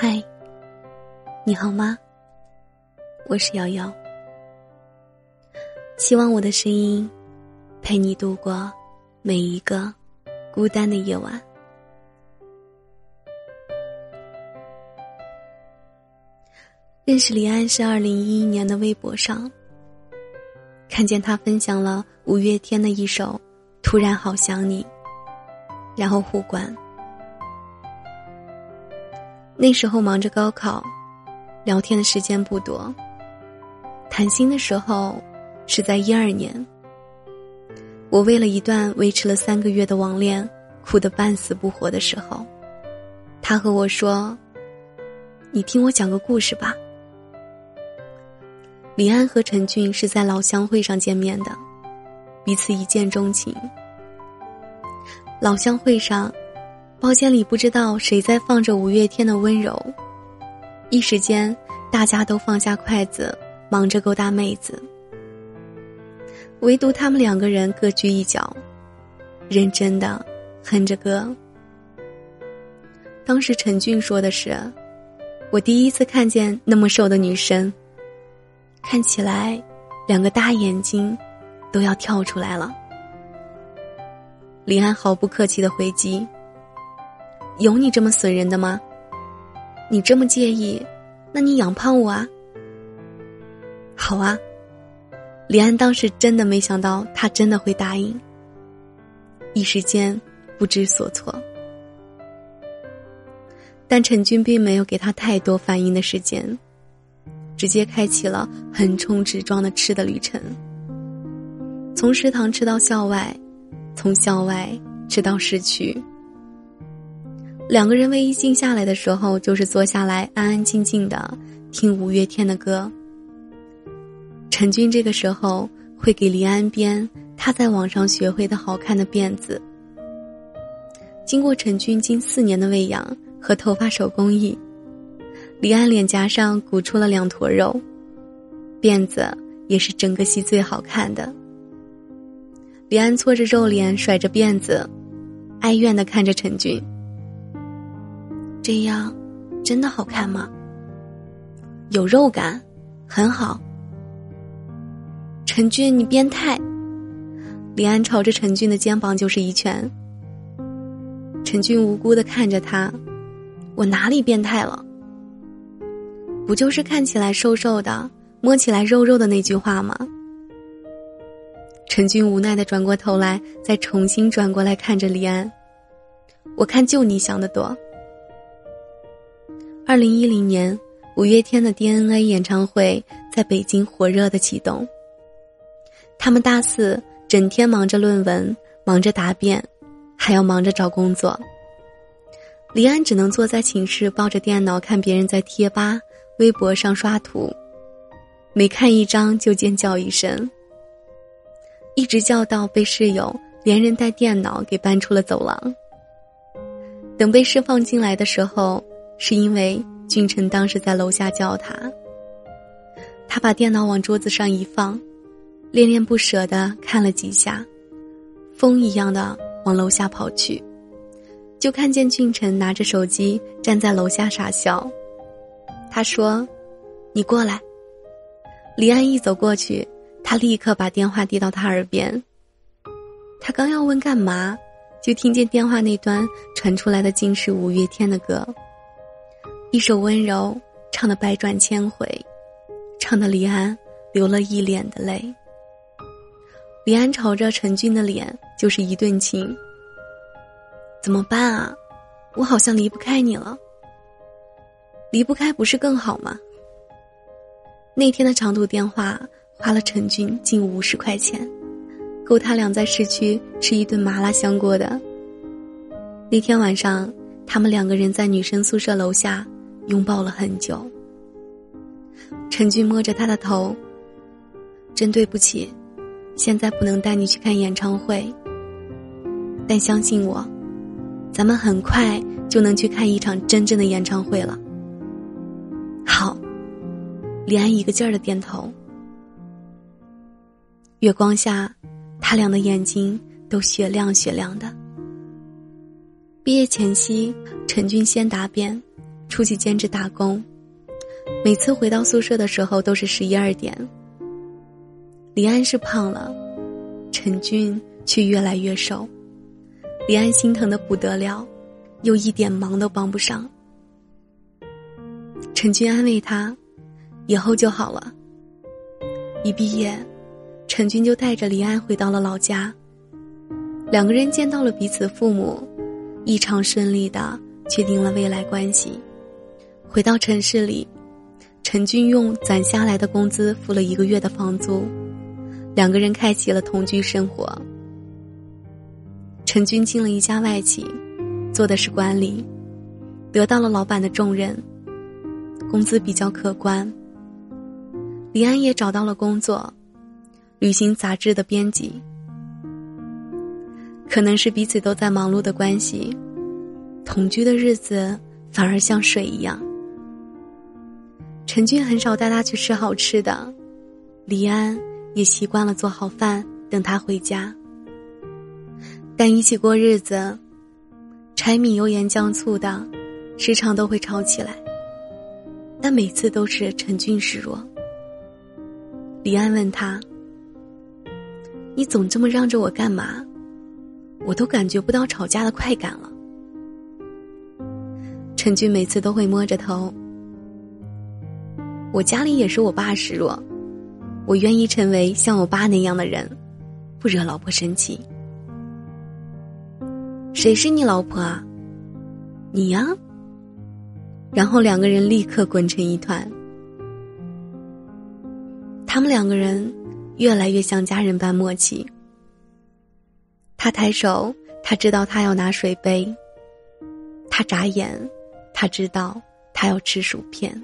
嗨，你好吗？我是瑶瑶，希望我的声音陪你度过每一个孤单的夜晚。认识李安是2011年的微博上，看见他分享了五月天的一首《突然好想你》，然后互关。那时候忙着高考，聊天的时间不多，谈心的时候是在12年。我为了一段维持了3个月的网恋哭得半死不活的时候，他和我说，你听我讲个故事吧。李安和陈俊是在老乡会上见面的，彼此一见钟情。老乡会上，包间里不知道谁在放着五月天的温柔，一时间大家都放下筷子，忙着勾搭妹子，唯独他们2个人各居一角，认真的哼着歌。当时陈俊说的是，我第一次看见那么瘦的女生，看起来2个大眼睛都要跳出来了。李安毫不客气地回击，有你这么损人的吗？你这么介意，那你养胖我啊。好啊，李安当时真的没想到他真的会答应，一时间不知所措。但陈俊并没有给他太多反应的时间，直接开启了横冲直撞的吃的旅程，从食堂吃到校外，从校外吃到市区。2个人唯一静下来的时候，就是坐下来安安静静的听五月天的歌。陈俊这个时候会给李安编他在网上学会的好看的辫子。经过陈俊近4年的喂养和头发手工艺，李安脸颊上鼓出了2坨肉，辫子也是整个戏最好看的。李安搓着肉脸，甩着辫子，哀怨地看着陈俊，这样真的好看吗？有肉感，很好。陈俊，你变态！李安朝着陈俊的肩膀就是一拳。陈俊无辜地看着他，我哪里变态了？不就是看起来瘦瘦的，摸起来肉肉的那句话吗？陈俊无奈地转过头来，再重新转过来看着李安，我看就你想得多。2010年，五月天的 DNA 演唱会在北京火热的启动。他们大4整天忙着论文，忙着答辩，还要忙着找工作。李安只能坐在寝室抱着电脑看别人在贴吧、微博上刷图，每看一张就尖叫一声，一直叫到被室友连人带电脑给搬出了走廊。等被释放进来的时候，是因为俊辰当时在楼下叫他，他把电脑往桌子上一放，恋恋不舍地看了几下，疯一样的往楼下跑去，就看见俊辰拿着手机站在楼下傻笑。他说，你过来。李安一走过去，他立刻把电话递到他耳边。他刚要问干嘛，就听见电话那端传出来的竟是五月天的歌，一首温柔，唱得百转千回，唱得李安流了一脸的泪。李安朝着陈俊的脸就是一顿亲。怎么办啊？我好像离不开你了。离不开不是更好吗？那天的长途电话花了陈俊近50块钱，够他俩在市区吃一顿麻辣香锅的。那天晚上，他们2个人在女生宿舍楼下拥抱了很久。陈俊摸着他的头，真对不起，现在不能带你去看演唱会，但相信我，咱们很快就能去看一场真正的演唱会了。好，李安一个劲儿的点头。月光下，他俩的眼睛都雪亮雪亮的。毕业前夕，陈俊先答辩， 出去兼职打工，每次回到宿舍的时候都是11、12点。李安是胖了，陈俊却越来越瘦。李安心疼得不得了，又一点忙都帮不上。陈俊安慰他，以后就好了。一毕业，陈俊就带着李安回到了老家，两个人见到了彼此父母，异常顺利地确定了未来关系。回到城市里，陈俊用攒下来的工资付了1个月的房租，两个人开启了同居生活。陈俊进了一家外企，做的是管理，得到了老板的重任，工资比较可观。李安也找到了工作，旅行杂志的编辑。可能是彼此都在忙碌的关系，同居的日子反而像水一样。陈俊很少带他去吃好吃的，李安也习惯了做好饭等他回家。但一起过日子，柴米油盐酱醋的，时常都会吵起来，但每次都是陈俊示弱。李安问他，你总这么让着我干嘛？我都感觉不到吵架的快感了。陈俊每次都会摸着头，我家里也是我爸示弱，我愿意成为像我爸那样的人，不惹老婆生气。谁是你老婆啊？你呀。然后两个人立刻滚成一团。他们两个人越来越像家人般默契。他抬手，他知道他要拿水杯；他眨眼，他知道他要吃薯片。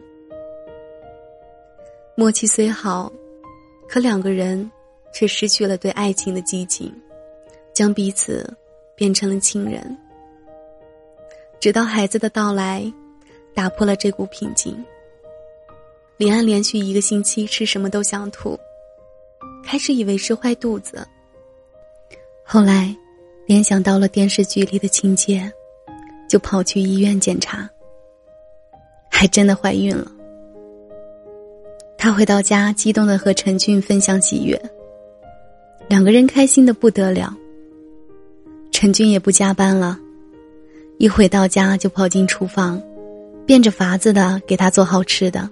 默契虽好，可两个人却失去了对爱情的激情，将彼此变成了亲人。直到孩子的到来，打破了这股平静。李安连续1个星期吃什么都想吐，开始以为是坏肚子，后来联想到了电视剧里的情节，就跑去医院检查，还真的怀孕了。他回到家，激动地和陈俊分享喜悦，两个人开心得不得了。陈俊也不加班了，一回到家就跑进厨房，变着法子的给他做好吃的。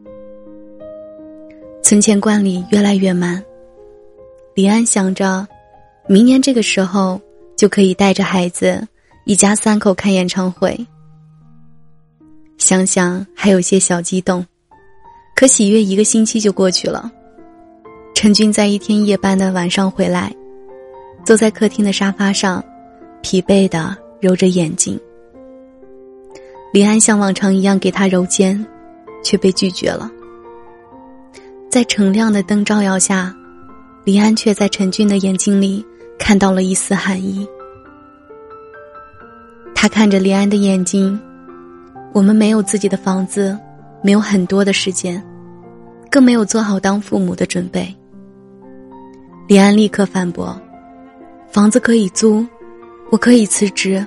存钱惯例越来越慢，李安想着明年这个时候就可以带着孩子一家3口看演唱会。想想还有些小激动，可喜悦1个星期就过去了。陈俊在一天夜班的晚上回来，坐在客厅的沙发上，疲惫地揉着眼睛。李安像往常一样给他揉肩，却被拒绝了。在澄亮的灯照耀下，李安却在陈俊的眼睛里看到了一丝寒意。他看着李安的眼睛，我们没有自己的房子，没有很多的时间，更没有做好当父母的准备。李安立刻反驳，房子可以租，我可以辞职，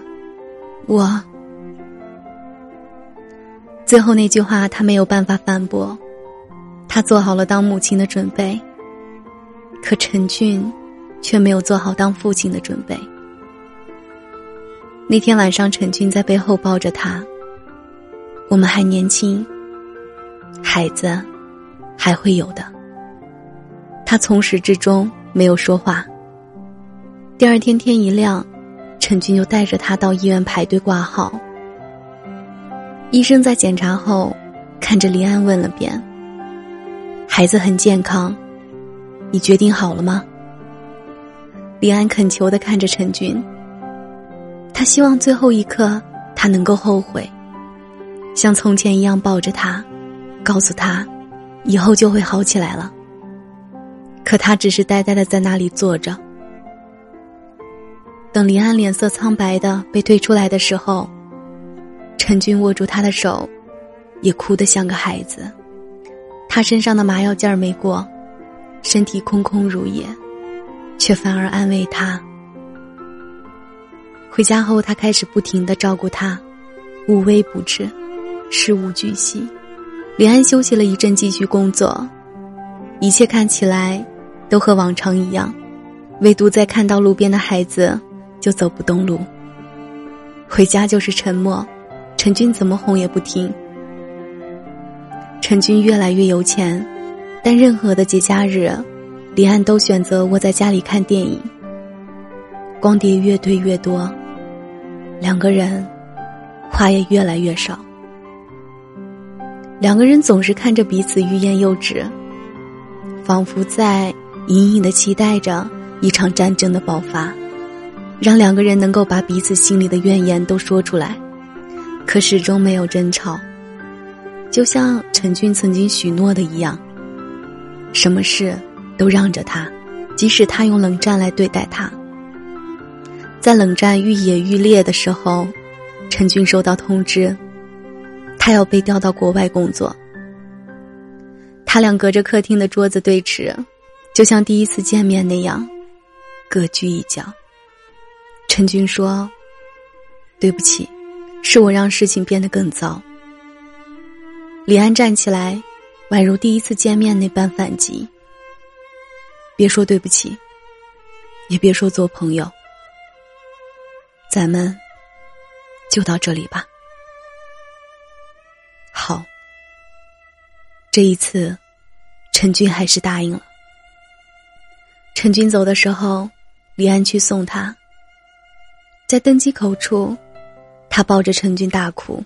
最后那句话他没有办法反驳，他做好了当母亲的准备，可陈俊却没有做好当父亲的准备。那天晚上，陈俊在背后抱着他，我们还年轻，孩子还会有的。他从始至终没有说话。第二天天一亮，陈俊就带着他到医院排队挂号。医生在检查后看着李安问了遍，孩子很健康，你决定好了吗？李安恳求地看着陈俊，他希望最后一刻他能够后悔，像从前一样抱着他，告诉他以后就会好起来了。可他只是呆呆地在那里坐着。等李安脸色苍白的被推出来的时候，陈俊握住他的手，也哭得像个孩子。他身上的麻药劲儿没过，身体空空如也，却反而安慰他。回家后，他开始不停地照顾他，无微不至。 事无巨细。李安休息了一阵，继续工作，一切看起来都和往常一样，唯独在看到路边的孩子就走不动路。回家就是沉默，陈军怎么哄也不听。陈军越来越有钱，但任何的节假日，李安都选择窝在家里看电影。光碟越堆越多，两个人话也越来越少。两个人总是看着彼此欲言又止，仿佛在隐隐地期待着一场战争的爆发，让两个人能够把彼此心里的怨言都说出来，可始终没有争吵。就像陈军曾经许诺的一样，什么事都让着他，即使他用冷战来对待他。在冷战愈演愈烈的时候，陈军收到通知，他要被调到国外工作。他俩隔着客厅的桌子对峙，就像第一次见面那样，各居一角。陈军说：“对不起，是我让事情变得更糟。”李安站起来，宛如第一次见面那般反击：“别说对不起，也别说做朋友，咱们就到这里吧。”好，这一次陈军还是答应了。陈军走的时候，李安去送他。在登机口处，他抱着陈军大哭：“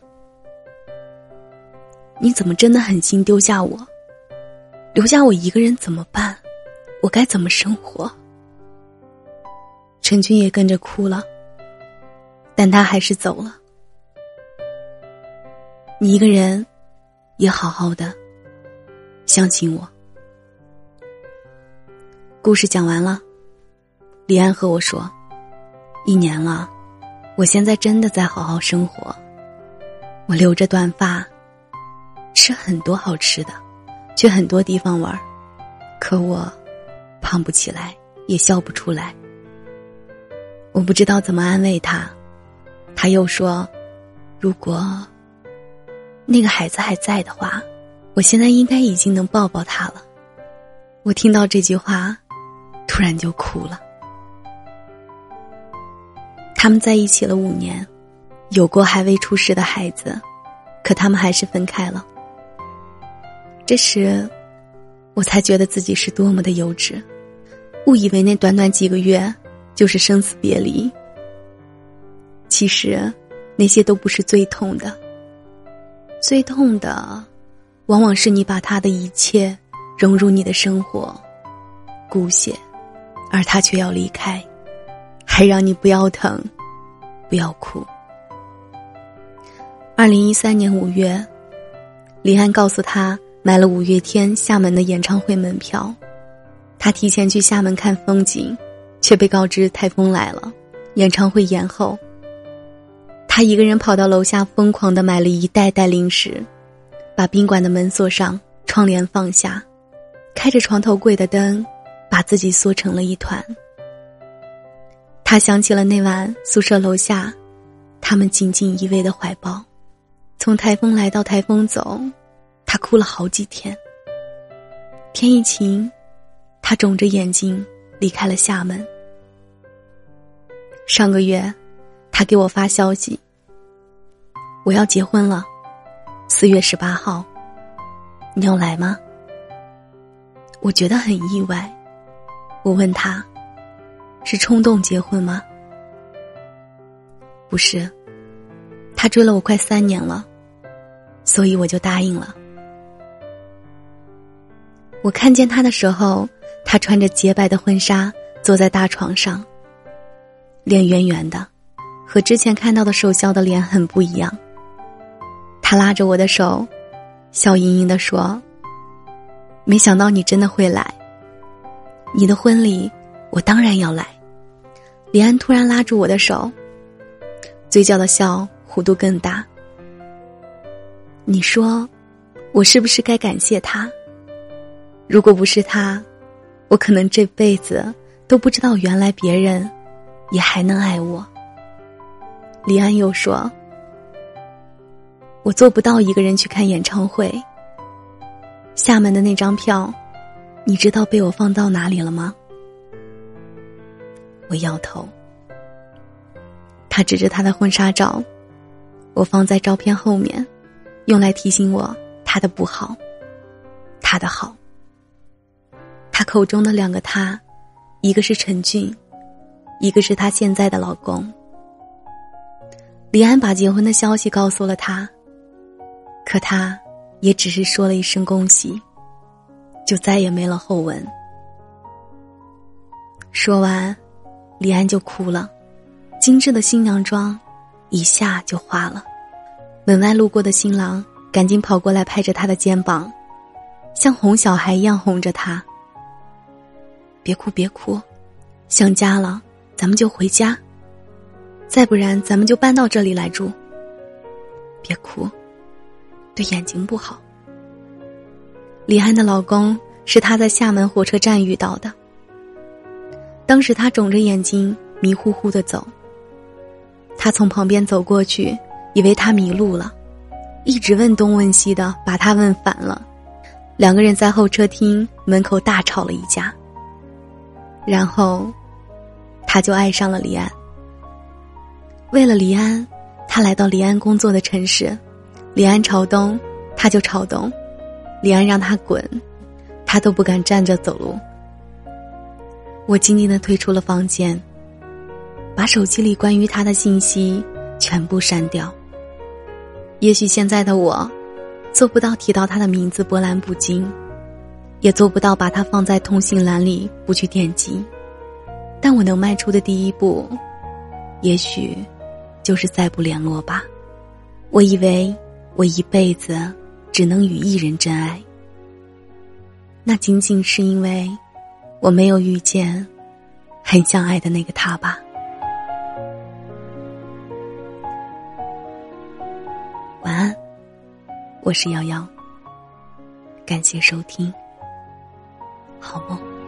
你怎么真的狠心丢下我？留下我一个人怎么办？我该怎么生活？”陈军也跟着哭了，但他还是走了。你一个人也好好的，相信我。故事讲完了，李安和我说：“1年了，我现在真的在好好生活。我留着短发，吃很多好吃的，去很多地方玩，可我胖不起来，也笑不出来。”我不知道怎么安慰他。他又说：“如果那个孩子还在的话，我现在应该已经能抱抱他了。”我听到这句话，突然就哭了。他们在一起了5年，有过还未出世的孩子，可他们还是分开了。这时，我才觉得自己是多么的幼稚，误以为那短短几个月就是生死别离。其实，那些都不是最痛的。最痛的，往往是你把他的一切融入你的生活，顾惜，而他却要离开，还让你不要疼，不要哭。2013年5月，李安告诉他买了5月天厦门的演唱会门票。他提前去厦门看风景，却被告知台风来了，演唱会延后。他一个人跑到楼下，疯狂地买了一袋袋零食，把宾馆的门锁上，窗帘放下，开着床头柜的灯，把自己缩成了一团。他想起了那晚宿舍楼下他们紧紧依偎的怀抱，从台风来到台风走，他哭了好几天。天一晴，他肿着眼睛离开了厦门。上个月他给我发消息：“我要结婚了，4月18号，你要来吗？”我觉得很意外，我问他：“是冲动结婚吗？”不是，他追了我快3年了，所以我就答应了。我看见他的时候，他穿着洁白的婚纱，坐在大床上，脸圆圆的，和之前看到的瘦削的脸很不一样。他拉着我的手，笑盈盈地说：“没想到你真的会来，你的婚礼我当然要来。”李安突然拉住我的手，嘴角的笑弧度更大。你说，我是不是该感谢他？如果不是他，我可能这辈子都不知道原来别人也还能爱我。李安又说， 我做不到一个人去看演唱会。厦门的那张票，你知道被我放到哪里了吗？我摇头。他指着他的婚纱照，我放在照片后面，用来提醒我他的不好，他的好。他口中的两个他，一个是陈俊，一个是他现在的老公。李安把结婚的消息告诉了他，可他也只是说了一声恭喜，就再也没了后文。说完，李安就哭了，精致的新娘妆一下就花了。门外路过的新郎赶紧跑过来拍着他的肩膀，像哄小孩一样哄着他。别哭别哭，想家了咱们就回家，再不然咱们就搬到这里来住。别哭，对眼睛不好。李安的老公是他在厦门火车站遇到的，当时他肿着眼睛迷糊糊地走，他从旁边走过去，以为他迷路了，一直问东问西的，把他问烦了。两个人在候车厅门口大吵了一架，然后他就爱上了李安。为了李安，他来到李安工作的城市，李安朝东他就朝东，李安让他滚，他都不敢站着走路。我静静地退出了房间，把手机里关于他的信息全部删掉。也许现在的我做不到提到他的名字波澜不惊，也做不到把他放在通讯栏里不去点击，但我能迈出的第一步，也许就是再不联络吧。我以为我一辈子只能与一人真爱，那仅仅是因为我没有遇见很想爱的那个他吧。晚安，我是瑶瑶，感谢收听，好梦。